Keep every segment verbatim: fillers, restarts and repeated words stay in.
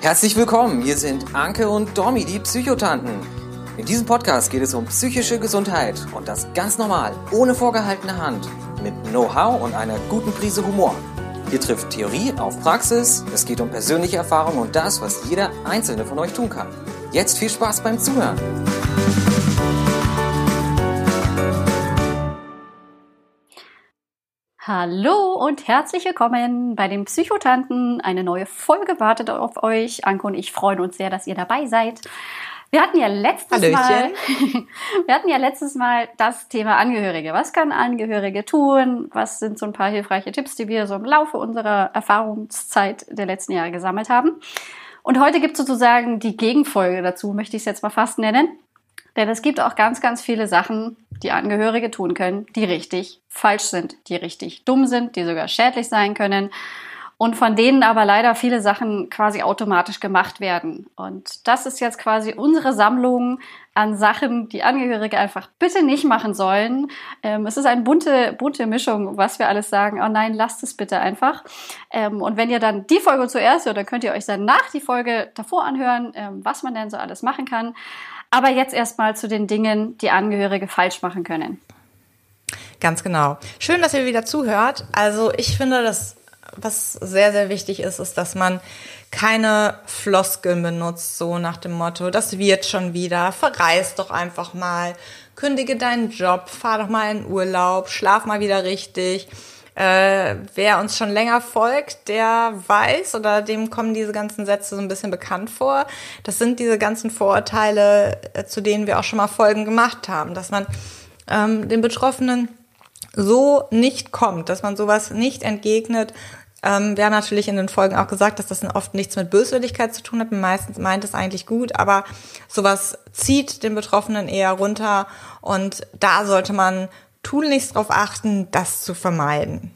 Herzlich willkommen, hier sind Anke und Domi, die Psychotanten. In diesem Podcast geht es um psychische Gesundheit und das ganz normal, ohne vorgehaltene Hand, mit Know-how und einer guten Prise Humor. Hier trifft Theorie auf Praxis, es geht um persönliche Erfahrung und das, was jeder Einzelne von euch tun kann. Jetzt viel Spaß beim Zuhören. Hallo und herzlich willkommen bei den Psychotanten. Eine neue Folge wartet auf euch. Anke und ich freuen uns sehr, dass ihr dabei seid. Wir hatten ja letztes Hallöchen. Mal, wir hatten ja letztes Mal das Thema Angehörige. Was können Angehörige tun? Was sind so ein paar hilfreiche Tipps, die wir so im Laufe unserer Erfahrungszeit der letzten Jahre gesammelt haben? Und heute gibt es sozusagen die Gegenfolge dazu, möchte ich es jetzt mal fast nennen. Denn es gibt auch ganz, ganz viele Sachen, die Angehörige tun können, die richtig falsch sind, die richtig dumm sind, die sogar schädlich sein können und von denen aber leider viele Sachen quasi automatisch gemacht werden. Und das ist jetzt quasi unsere Sammlung an Sachen, die Angehörige einfach bitte nicht machen sollen. Ähm, es ist eine bunte, bunte Mischung, was wir alles sagen. Oh nein, lasst es bitte einfach. Ähm, und wenn ihr dann die Folge zuerst hört, dann könnt ihr euch dann nach die Folge davor anhören, ähm, was man denn so alles machen kann. Aber jetzt erstmal zu den Dingen, die Angehörige falsch machen können. Ganz genau. Schön, dass ihr wieder zuhört. Also ich finde, dass was sehr, sehr wichtig ist, ist, dass man keine Floskeln benutzt, so nach dem Motto, das wird schon wieder, verreis doch einfach mal, kündige deinen Job, fahr doch mal in Urlaub, schlaf mal wieder richtig. Äh, wer uns schon länger folgt, der weiß oder dem kommen diese ganzen Sätze so ein bisschen bekannt vor. Das sind diese ganzen Vorurteile, zu denen wir auch schon mal Folgen gemacht haben, dass man ähm, den Betroffenen so nicht kommt, dass man sowas nicht entgegnet. Ähm, wir haben natürlich in den Folgen auch gesagt, dass das oft nichts mit Böswilligkeit zu tun hat. Meistens meint es eigentlich gut, aber sowas zieht den Betroffenen eher runter und da sollte man tunlichst darauf achten, das zu vermeiden.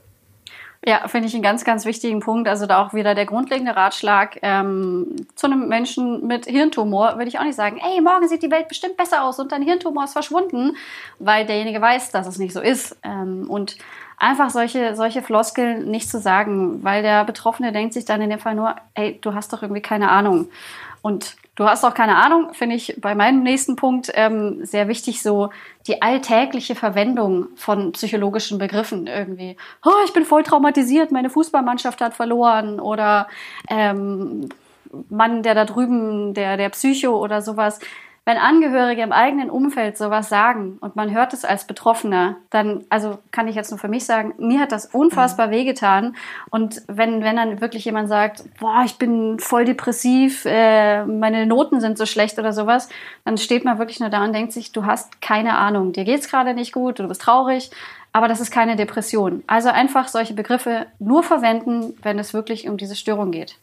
Ja, finde ich einen ganz, ganz wichtigen Punkt. Also da auch wieder der grundlegende Ratschlag ähm, zu einem Menschen mit Hirntumor würde ich auch nicht sagen, ey, morgen sieht die Welt bestimmt besser aus und dein Hirntumor ist verschwunden, weil derjenige weiß, dass es nicht so ist. Ähm, und einfach solche, solche Floskeln nicht zu sagen, weil der Betroffene denkt sich dann in dem Fall nur, ey, du hast doch irgendwie keine Ahnung. Und du hast auch keine Ahnung, finde ich bei meinem nächsten Punkt ähm, sehr wichtig, so die alltägliche Verwendung von psychologischen Begriffen irgendwie. Oh, ich bin voll traumatisiert, meine Fußballmannschaft hat verloren oder ähm, Mann, der da drüben, der, der Psycho oder sowas. Wenn Angehörige im eigenen Umfeld sowas sagen und man hört es als Betroffener, dann, also kann ich jetzt nur für mich sagen, mir hat das unfassbar wehgetan. Und wenn, wenn dann wirklich jemand sagt, boah, ich bin voll depressiv, äh, meine Noten sind so schlecht oder sowas, dann steht man wirklich nur da und denkt sich, du hast keine Ahnung, dir geht's gerade nicht gut, du bist traurig, aber das ist keine Depression. Also einfach solche Begriffe nur verwenden, wenn es wirklich um diese Störung geht.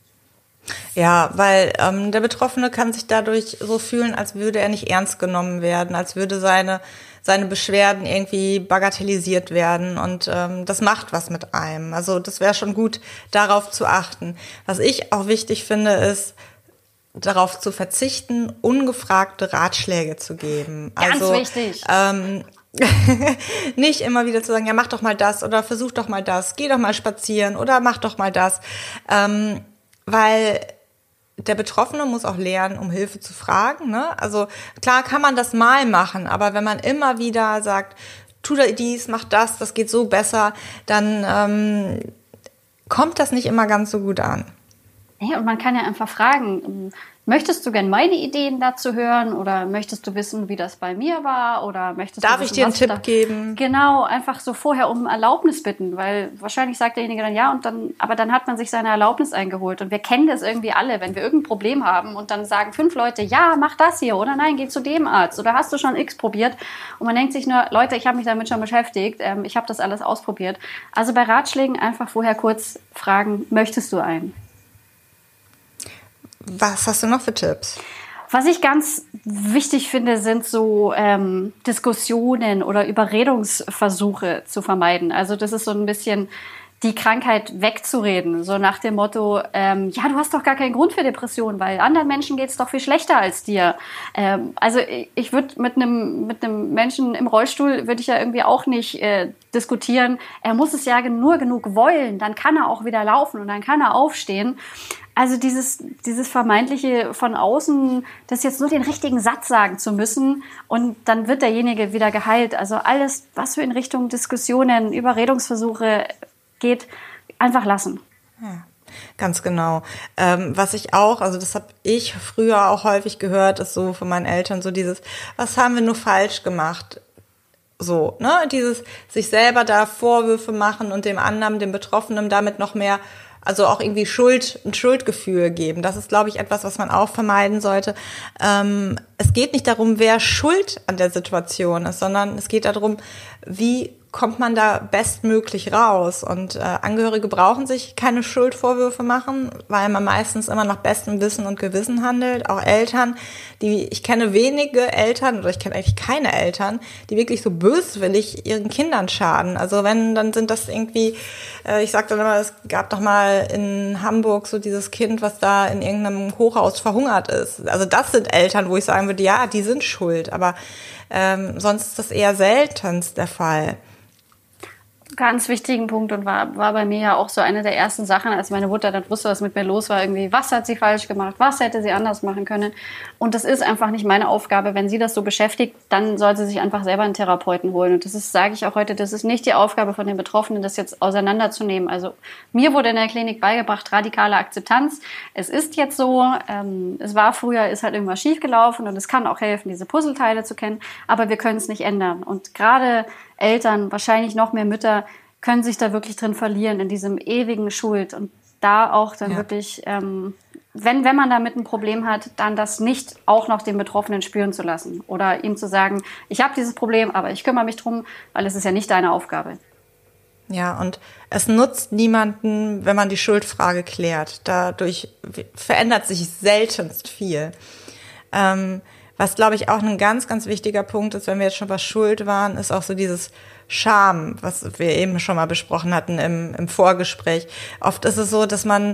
Ja, weil ähm, der Betroffene kann sich dadurch so fühlen, als würde er nicht ernst genommen werden, als würde seine seine Beschwerden irgendwie bagatellisiert werden und ähm, das macht was mit einem. Also das wäre schon gut, darauf zu achten. Was ich auch wichtig finde, ist, darauf zu verzichten, ungefragte Ratschläge zu geben. Ganz also, wichtig. Ähm, nicht immer wieder zu sagen, ja, mach doch mal das oder versuch doch mal das, geh doch mal spazieren oder mach doch mal das. Ähm, Weil der Betroffene muss auch lernen, um Hilfe zu fragen. Ne? Also klar kann man das mal machen, aber wenn man immer wieder sagt, tu dies, mach das, das geht so besser, dann ähm, kommt das nicht immer ganz so gut an. Ja, und man kann ja einfach fragen, möchtest du gern meine Ideen dazu hören oder möchtest du wissen, wie das bei mir war oder möchtest Darf du wissen, ich dir einen was Tipp da geben? Genau, einfach so vorher um Erlaubnis bitten, weil wahrscheinlich sagt derjenige dann ja und dann, aber dann hat man sich seine Erlaubnis eingeholt und wir kennen das irgendwie alle, wenn wir irgendein Problem haben und dann sagen fünf Leute, ja, mach das hier oder nein, geh zu dem Arzt oder hast du schon X probiert und man denkt sich nur, Leute, ich habe mich damit schon beschäftigt, ähm, ich habe das alles ausprobiert. Also bei Ratschlägen einfach vorher kurz fragen, möchtest du einen? Was hast du noch für Tipps? Was ich ganz wichtig finde, sind so ähm, Diskussionen oder Überredungsversuche zu vermeiden. Also das ist so ein bisschen die Krankheit wegzureden, so nach dem Motto, ähm, ja, du hast doch gar keinen Grund für Depressionen, weil anderen Menschen geht's doch viel schlechter als dir. Ähm, also ich, ich würde mit einem mit einem Menschen im Rollstuhl, würde ich ja irgendwie auch nicht äh, diskutieren, er muss es ja nur genug wollen, dann kann er auch wieder laufen und dann kann er aufstehen. Also dieses, dieses vermeintliche von außen, das jetzt nur den richtigen Satz sagen zu müssen und dann wird derjenige wieder geheilt. Also alles, was so in Richtung Diskussionen, Überredungsversuche geht, einfach lassen. Ja, ganz genau. Ähm, was ich auch, also das habe ich früher auch häufig gehört, ist so von meinen Eltern so dieses, was haben wir nur falsch gemacht? So, ne, dieses sich selber da Vorwürfe machen und dem anderen, dem Betroffenen damit noch mehr, also auch irgendwie Schuld, ein Schuldgefühl geben. Das ist, glaube ich, etwas, was man auch vermeiden sollte. Ähm, es geht nicht darum, wer schuld an der Situation ist, sondern es geht darum, wie kommt man da bestmöglich raus. Und äh, Angehörige brauchen sich keine Schuldvorwürfe machen, weil man meistens immer nach bestem Wissen und Gewissen handelt. Auch Eltern, die ich kenne wenige Eltern, oder ich kenne eigentlich keine Eltern, die wirklich so böswillig ihren Kindern schaden. Also wenn, dann sind das irgendwie, äh, ich sag dann immer, es gab doch mal in Hamburg so dieses Kind, was da in irgendeinem Hochhaus verhungert ist. Also das sind Eltern, wo ich sagen würde, ja, die sind schuld. Aber ähm, sonst ist das eher seltenst der Fall. Ganz wichtigen Punkt und war, war bei mir ja auch so eine der ersten Sachen, als meine Mutter dann wusste, was mit mir los war, irgendwie, was hat sie falsch gemacht, was hätte sie anders machen können. Und das ist einfach nicht meine Aufgabe. Wenn sie das so beschäftigt, dann soll sie sich einfach selber einen Therapeuten holen. Und das ist, sage ich auch heute, das ist nicht die Aufgabe von den Betroffenen, das jetzt auseinanderzunehmen. Also mir wurde in der Klinik beigebracht, radikale Akzeptanz. Es ist jetzt so, ähm, es war früher, ist halt irgendwas schiefgelaufen und es kann auch helfen, diese Puzzleteile zu kennen, aber wir können es nicht ändern. Und gerade Eltern, wahrscheinlich noch mehr Mütter, können sich da wirklich drin verlieren, in diesem ewigen Schuld. Und da auch dann ja. wirklich, ähm, wenn, wenn man damit ein Problem hat, dann das nicht auch noch den Betroffenen spüren zu lassen. Oder ihm zu sagen, ich habe dieses Problem, aber ich kümmere mich drum, weil es ist ja nicht deine Aufgabe. Ja, und es nutzt niemanden, wenn man die Schuldfrage klärt. Dadurch verändert sich seltenst viel. Ähm, Was, glaube ich, auch ein ganz, ganz wichtiger Punkt ist, wenn wir jetzt schon bei Schuld waren, ist auch so dieses Scham, was wir eben schon mal besprochen hatten im, im Vorgespräch. Oft ist es so, dass man,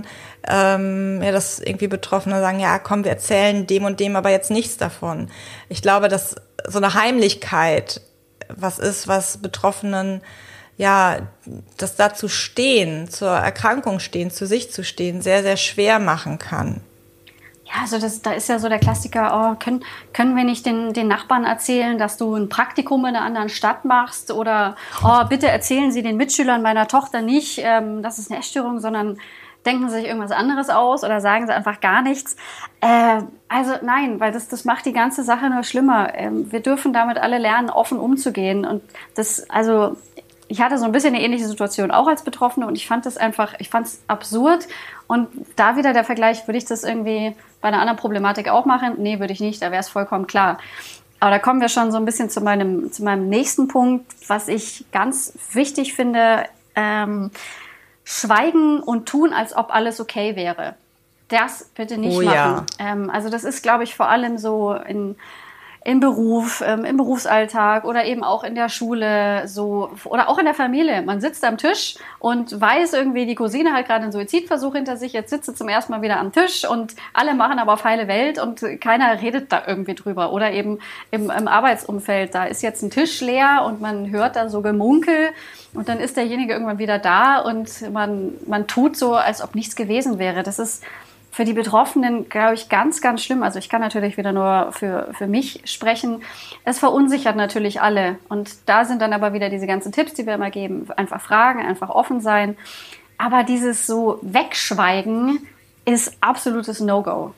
ähm, ja, dass irgendwie Betroffene sagen, ja, komm, wir erzählen dem und dem aber jetzt nichts davon. Ich glaube, dass so eine Heimlichkeit was ist, was Betroffenen, ja, das dazu stehen, zur Erkrankung stehen, zu sich zu stehen, sehr, sehr schwer machen kann. Ja, also das, da ist ja so der Klassiker, oh, können, können wir nicht den, den Nachbarn erzählen, dass du ein Praktikum in einer anderen Stadt machst oder oh, bitte erzählen Sie den Mitschülern meiner Tochter nicht, ähm, das ist eine Essstörung, sondern denken Sie sich irgendwas anderes aus oder sagen Sie einfach gar nichts. Äh, also nein, weil das, das macht die ganze Sache nur schlimmer. Ähm, wir dürfen damit alle lernen, offen umzugehen und das, also ich hatte so ein bisschen eine ähnliche Situation auch als Betroffene und ich fand das einfach, ich fand es absurd und da wieder der Vergleich, würde ich das irgendwie bei einer anderen Problematik auch machen? Nee, würde ich nicht, da wäre es vollkommen klar. Aber da kommen wir schon so ein bisschen zu meinem, zu meinem nächsten Punkt, was ich ganz wichtig finde, ähm, schweigen und tun, als ob alles okay wäre. Das bitte nicht oh, machen. Ja. Ähm, also das ist, glaube ich, vor allem so in im Beruf, ähm, im Berufsalltag oder eben auch in der Schule so oder auch in der Familie. Man sitzt am Tisch und weiß irgendwie, die Cousine hat gerade einen Suizidversuch hinter sich, jetzt sitzt sie zum ersten Mal wieder am Tisch und alle machen aber auf heile Welt und keiner redet da irgendwie drüber. Oder eben im, im Arbeitsumfeld, da ist jetzt ein Tisch leer und man hört da so Gemunkel und dann ist derjenige irgendwann wieder da und man, man tut so, als ob nichts gewesen wäre. Das ist für die Betroffenen, glaube ich, ganz, ganz schlimm. Also ich kann natürlich wieder nur für, für mich sprechen. Es verunsichert natürlich alle. Und da sind dann aber wieder diese ganzen Tipps, die wir immer geben. Einfach fragen, einfach offen sein. Aber dieses so Wegschweigen ist absolutes No-Go.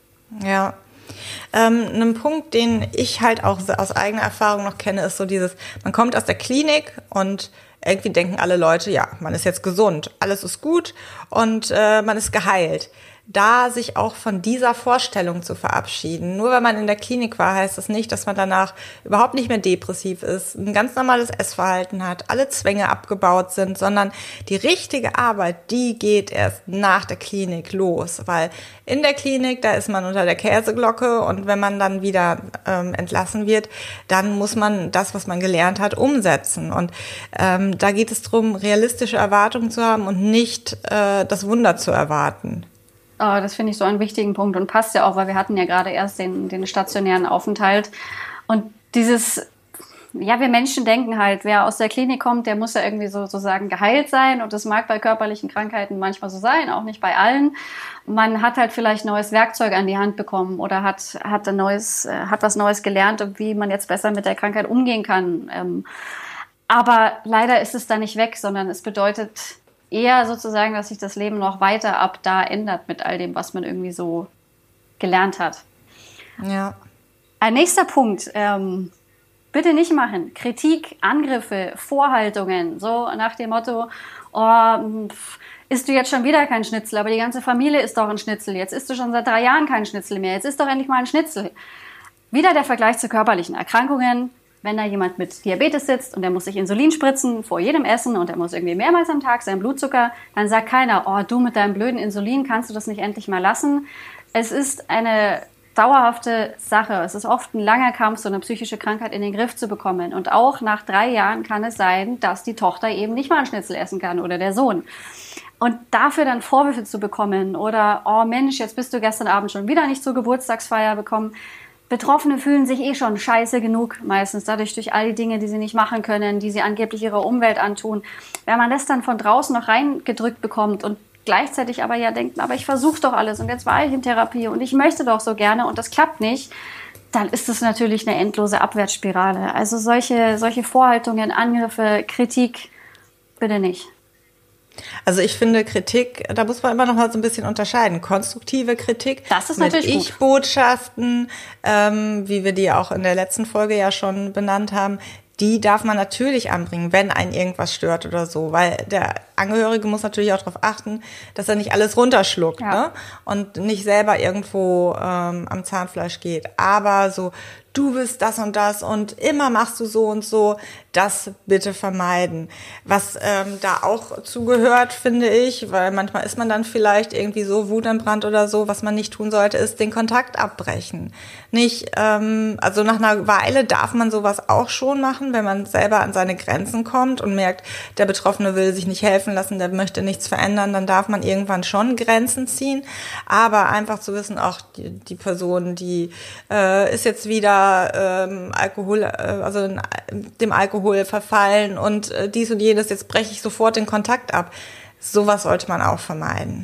Ja. Ähm, ein Punkt, den ich halt auch aus eigener Erfahrung noch kenne, ist so dieses, man kommt aus der Klinik und irgendwie denken alle Leute, ja, man ist jetzt gesund, alles ist gut und äh, man ist geheilt. Da sich auch von dieser Vorstellung zu verabschieden. Nur weil man in der Klinik war, heißt das nicht, dass man danach überhaupt nicht mehr depressiv ist, ein ganz normales Essverhalten hat, alle Zwänge abgebaut sind, sondern die richtige Arbeit, die geht erst nach der Klinik los, weil in der Klinik, da ist man unter der Käseglocke und wenn man dann wieder ähm, entlassen wird, dann muss man das, was man gelernt hat, umsetzen. Und ähm, da geht es darum, realistische Erwartungen zu haben und nicht äh, das Wunder zu erwarten. Oh, das finde ich so einen wichtigen Punkt und passt ja auch, weil wir hatten ja gerade erst den, den stationären Aufenthalt und dieses, ja, wir Menschen denken halt, wer aus der Klinik kommt, der muss ja irgendwie so, sozusagen geheilt sein. Und das mag bei körperlichen Krankheiten manchmal so sein, auch nicht bei allen. Man hat halt vielleicht neues Werkzeug an die Hand bekommen oder hat, hat ein neues, hat was Neues gelernt, wie man jetzt besser mit der Krankheit umgehen kann. Ähm, aber leider ist es da nicht weg, sondern es bedeutet eher sozusagen, dass sich das Leben noch weiter ab da ändert mit all dem, was man irgendwie so gelernt hat. Ja. Ein nächster Punkt, ähm, bitte nicht machen. Kritik, Angriffe, Vorhaltungen, so nach dem Motto, oh, pff, isst du jetzt schon wieder kein Schnitzel, aber die ganze Familie isst doch ein Schnitzel. Jetzt isst du schon seit drei Jahren kein Schnitzel mehr. Jetzt isst doch endlich mal ein Schnitzel. Wieder der Vergleich zu körperlichen Erkrankungen. Wenn da jemand mit Diabetes sitzt und der muss sich Insulin spritzen vor jedem Essen und der muss irgendwie mehrmals am Tag seinen Blutzucker, dann sagt keiner, oh, du mit deinem blöden Insulin, kannst du das nicht endlich mal lassen? Es ist eine dauerhafte Sache. Es ist oft ein langer Kampf, so eine psychische Krankheit in den Griff zu bekommen. Und auch nach drei Jahren kann es sein, dass die Tochter eben nicht mal einen Schnitzel essen kann oder der Sohn. Und dafür dann Vorwürfe zu bekommen oder, oh Mensch, jetzt bist du gestern Abend schon wieder nicht zur Geburtstagsfeier gekommen. Betroffene fühlen sich eh schon scheiße genug, meistens dadurch durch all die Dinge, die sie nicht machen können, die sie angeblich ihrer Umwelt antun. Wenn man das dann von draußen noch reingedrückt bekommt und gleichzeitig aber ja denkt, aber ich versuche doch alles und jetzt war ich in Therapie und ich möchte doch so gerne und das klappt nicht, dann ist das natürlich eine endlose Abwärtsspirale. Also solche, solche Vorhaltungen, Angriffe, Kritik, bitte nicht. Also ich finde Kritik, da muss man immer noch mal so ein bisschen unterscheiden. Konstruktive Kritik das ist mit natürlich gut. Ich-Botschaften, ähm, wie wir die auch in der letzten Folge ja schon benannt haben, die darf man natürlich anbringen, wenn einen irgendwas stört oder so, weil der Angehörige muss natürlich auch darauf achten, dass er nicht alles runterschluckt, ja. ne? Und nicht selber irgendwo ähm, am Zahnfleisch geht. Aber so, du bist das und das und immer machst du so und so, das bitte vermeiden. Was ähm, da auch zugehört, finde ich, weil manchmal ist man dann vielleicht irgendwie so wutentbrannt oder so, was man nicht tun sollte, ist den Kontakt abbrechen. Nicht, ähm, also nach einer Weile darf man sowas auch schon machen, wenn man selber an seine Grenzen kommt und merkt, der Betroffene will sich nicht helfen lassen, der möchte nichts verändern, dann darf man irgendwann schon Grenzen ziehen. Aber einfach zu wissen, auch die, die Person, die äh, ist jetzt wieder ähm, Alkohol, äh, also in, dem Alkohol verfallen und äh, dies und jenes, jetzt breche ich sofort den Kontakt ab. Sowas sollte man auch vermeiden.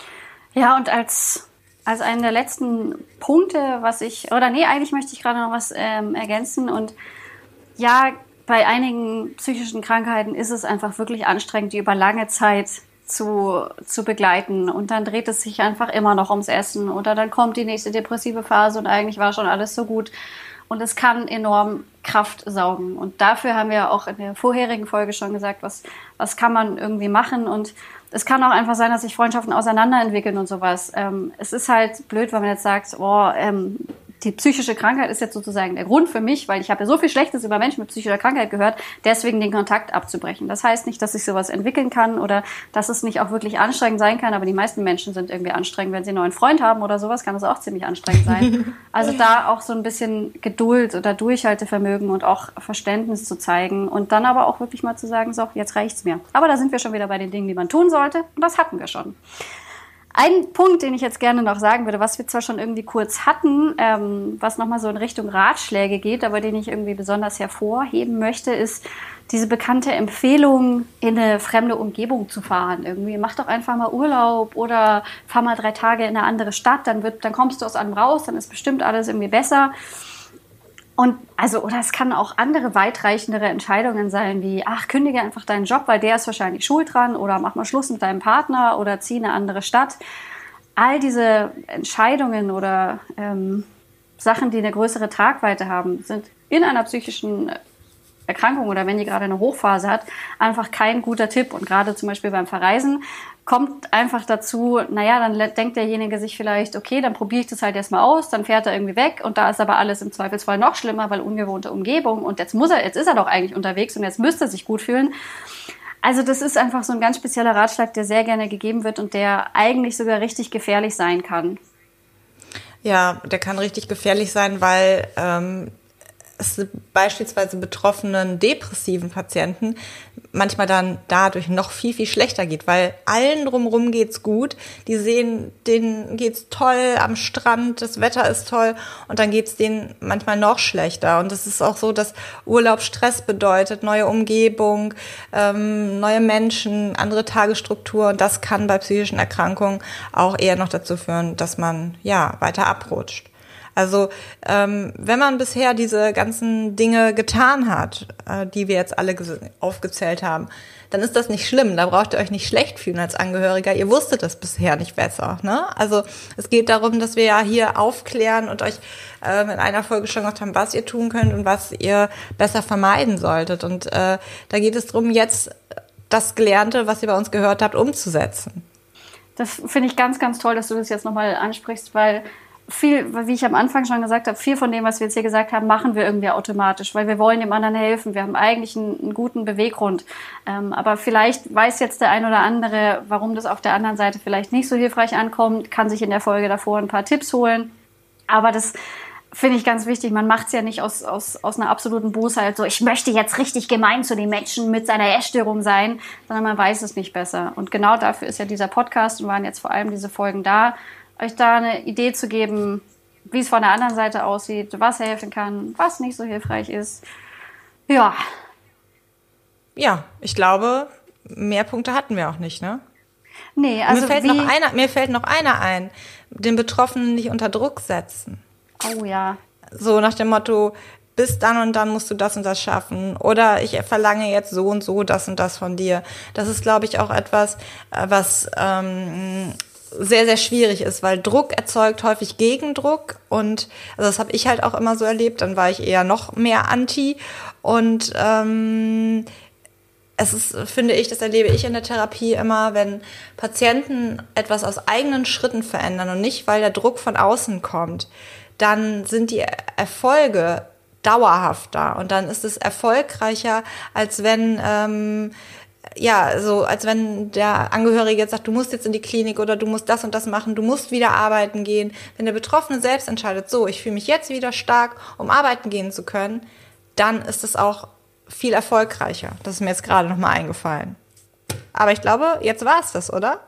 Ja, und als, als einen der letzten Punkte, was ich, oder nee, eigentlich möchte ich gerade noch was ähm, ergänzen und ja, bei einigen psychischen Krankheiten ist es einfach wirklich anstrengend, die über lange Zeit zu, zu begleiten. Und dann dreht es sich einfach immer noch ums Essen. Oder dann kommt die nächste depressive Phase und eigentlich war schon alles so gut. Und es kann enorm Kraft saugen. Und dafür haben wir auch in der vorherigen Folge schon gesagt, was, was kann man irgendwie machen. Und es kann auch einfach sein, dass sich Freundschaften auseinanderentwickeln und sowas. Ähm, es ist halt blöd, wenn man jetzt sagt, oh, ähm, die psychische Krankheit ist jetzt sozusagen der Grund für mich, weil ich habe ja so viel Schlechtes über Menschen mit psychischer Krankheit gehört, deswegen den Kontakt abzubrechen. Das heißt nicht, dass sich sowas entwickeln kann oder dass es nicht auch wirklich anstrengend sein kann, aber die meisten Menschen sind irgendwie anstrengend. Wenn sie einen neuen Freund haben oder sowas, kann das auch ziemlich anstrengend sein. Also da auch so ein bisschen Geduld oder Durchhaltevermögen und auch Verständnis zu zeigen und dann aber auch wirklich mal zu sagen, so, jetzt reicht's mir. Aber da sind wir schon wieder bei den Dingen, die man tun sollte und das hatten wir schon. Ein Punkt, den ich jetzt gerne noch sagen würde, was wir zwar schon irgendwie kurz hatten, ähm, was nochmal so in Richtung Ratschläge geht, aber den ich irgendwie besonders hervorheben möchte, ist diese bekannte Empfehlung, in eine fremde Umgebung zu fahren. Irgendwie mach doch einfach mal Urlaub oder fahr mal drei Tage in eine andere Stadt, dann wird, dann kommst du aus allem raus, dann ist bestimmt alles irgendwie besser. Und also, oder es kann auch andere weitreichendere Entscheidungen sein, wie, ach, kündige einfach deinen Job, weil der ist wahrscheinlich schuld dran, oder mach mal Schluss mit deinem Partner oder zieh in eine andere Stadt. All diese Entscheidungen oder ähm, Sachen, die eine größere Tragweite haben, sind in einer psychischen Erkrankung oder wenn die gerade eine Hochphase hat, einfach kein guter Tipp. Und gerade zum Beispiel beim Verreisen kommt einfach dazu, naja, dann denkt derjenige sich vielleicht, okay, dann probiere ich das halt erstmal aus, dann fährt er irgendwie weg und da ist aber alles im Zweifelsfall noch schlimmer, weil ungewohnte Umgebung und jetzt muss er, jetzt ist er doch eigentlich unterwegs und jetzt müsste er sich gut fühlen. Also das ist einfach so ein ganz spezieller Ratschlag, der sehr gerne gegeben wird und der eigentlich sogar richtig gefährlich sein kann. Ja, der kann richtig gefährlich sein, weil ähm, es beispielsweise betroffenen depressiven Patienten manchmal dann dadurch noch viel, viel schlechter geht, weil allen drumherum geht's gut, die sehen, denen geht's toll am Strand, das Wetter ist toll und dann geht's denen manchmal noch schlechter. Und es ist auch so, dass Urlaub Stress bedeutet, neue Umgebung, ähm, neue Menschen, andere Tagesstruktur und das kann bei psychischen Erkrankungen auch eher noch dazu führen, dass man ja weiter abrutscht. Also ähm, wenn man bisher diese ganzen Dinge getan hat, äh, die wir jetzt alle ges- aufgezählt haben, dann ist das nicht schlimm. Da braucht ihr euch nicht schlecht fühlen als Angehöriger. Ihr wusstet das bisher nicht besser. Ne? Also es geht darum, dass wir ja hier aufklären und euch äh, in einer Folge schon gesagt haben, was ihr tun könnt und was ihr besser vermeiden solltet. Und äh, da geht es darum, jetzt das Gelernte, was ihr bei uns gehört habt, umzusetzen. Das finde ich ganz, ganz toll, dass du das jetzt nochmal ansprichst, weil viel, wie ich am Anfang schon gesagt habe, viel von dem, was wir jetzt hier gesagt haben, machen wir irgendwie automatisch, weil wir wollen dem anderen helfen. Wir haben eigentlich einen, einen guten Beweggrund. Ähm, aber vielleicht weiß jetzt der ein oder andere, warum das auf der anderen Seite vielleicht nicht so hilfreich ankommt, kann sich in der Folge davor ein paar Tipps holen. Aber das finde ich ganz wichtig. Man macht es ja nicht aus, aus, aus einer absoluten Bosheit, so ich möchte jetzt richtig gemein zu den Menschen mit seiner Essstörung sein, sondern man weiß es nicht besser. Und genau dafür ist ja dieser Podcast und waren jetzt vor allem diese Folgen da, euch da eine Idee zu geben, wie es von der anderen Seite aussieht, was helfen kann, was nicht so hilfreich ist. Ja. Ja, ich glaube, mehr Punkte hatten wir auch nicht, ne? Nee, also mir fällt, wie, noch einer, mir fällt noch einer ein, den Betroffenen nicht unter Druck setzen. Oh ja. So nach dem Motto, bis dann und dann musst du das und das schaffen. Oder ich verlange jetzt so und so das und das von dir. Das ist, glaube ich, auch etwas, was ähm, sehr, sehr schwierig ist, weil Druck erzeugt häufig Gegendruck und also das habe ich halt auch immer so erlebt, dann war ich eher noch mehr anti und ähm, es ist, finde ich, das erlebe ich in der Therapie immer, wenn Patienten etwas aus eigenen Schritten verändern und nicht, weil der Druck von außen kommt, dann sind die Erfolge dauerhafter und dann ist es erfolgreicher, als wenn ähm, ja, so als wenn der Angehörige jetzt sagt, du musst jetzt in die Klinik oder du musst das und das machen, du musst wieder arbeiten gehen. Wenn der Betroffene selbst entscheidet, so, ich fühle mich jetzt wieder stark, um arbeiten gehen zu können, dann ist es auch viel erfolgreicher. Das ist mir jetzt gerade nochmal eingefallen. Aber ich glaube, jetzt war es das, oder?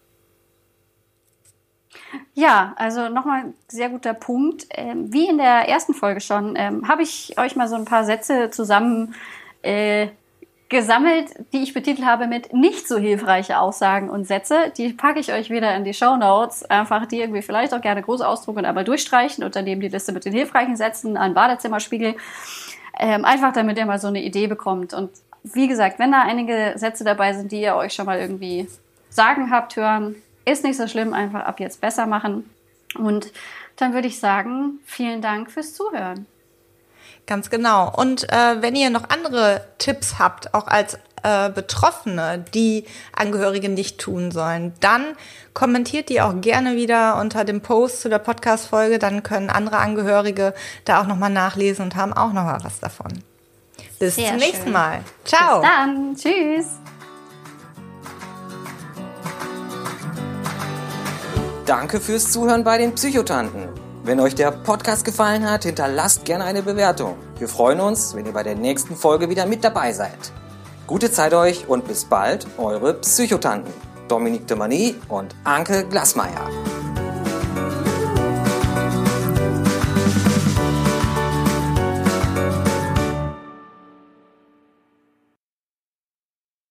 Ja, also nochmal ein sehr guter Punkt. Ähm, wie in der ersten Folge schon, ähm, habe ich euch mal so ein paar Sätze zusammen äh, gesammelt, die ich betitelt habe mit nicht so hilfreiche Aussagen und Sätze. Die packe ich euch wieder in die Shownotes. Einfach die irgendwie vielleicht auch gerne groß ausdrucken und einmal durchstreichen und daneben die Liste mit den hilfreichen Sätzen an Badezimmerspiegel. Ähm, einfach damit ihr mal so eine Idee bekommt. Und wie gesagt, wenn da einige Sätze dabei sind, die ihr euch schon mal irgendwie sagen habt, hören, ist nicht so schlimm, einfach ab jetzt besser machen. Und dann würde ich sagen, vielen Dank fürs Zuhören. Ganz genau. Und äh, wenn ihr noch andere Tipps habt, auch als äh, Betroffene, die Angehörige nicht tun sollen, dann kommentiert die auch gerne wieder unter dem Post zu der Podcast-Folge. Dann können andere Angehörige da auch nochmal nachlesen und haben auch nochmal was davon. Bis Sehr zum nächsten schön. Mal. Ciao. Bis dann. Tschüss. Danke fürs Zuhören bei den Psychotanten. Wenn euch der Podcast gefallen hat, hinterlasst gerne eine Bewertung. Wir freuen uns, wenn ihr bei der nächsten Folge wieder mit dabei seid. Gute Zeit euch und bis bald, eure Psychotanten. Dominique de Mani und Anke Glasmeier.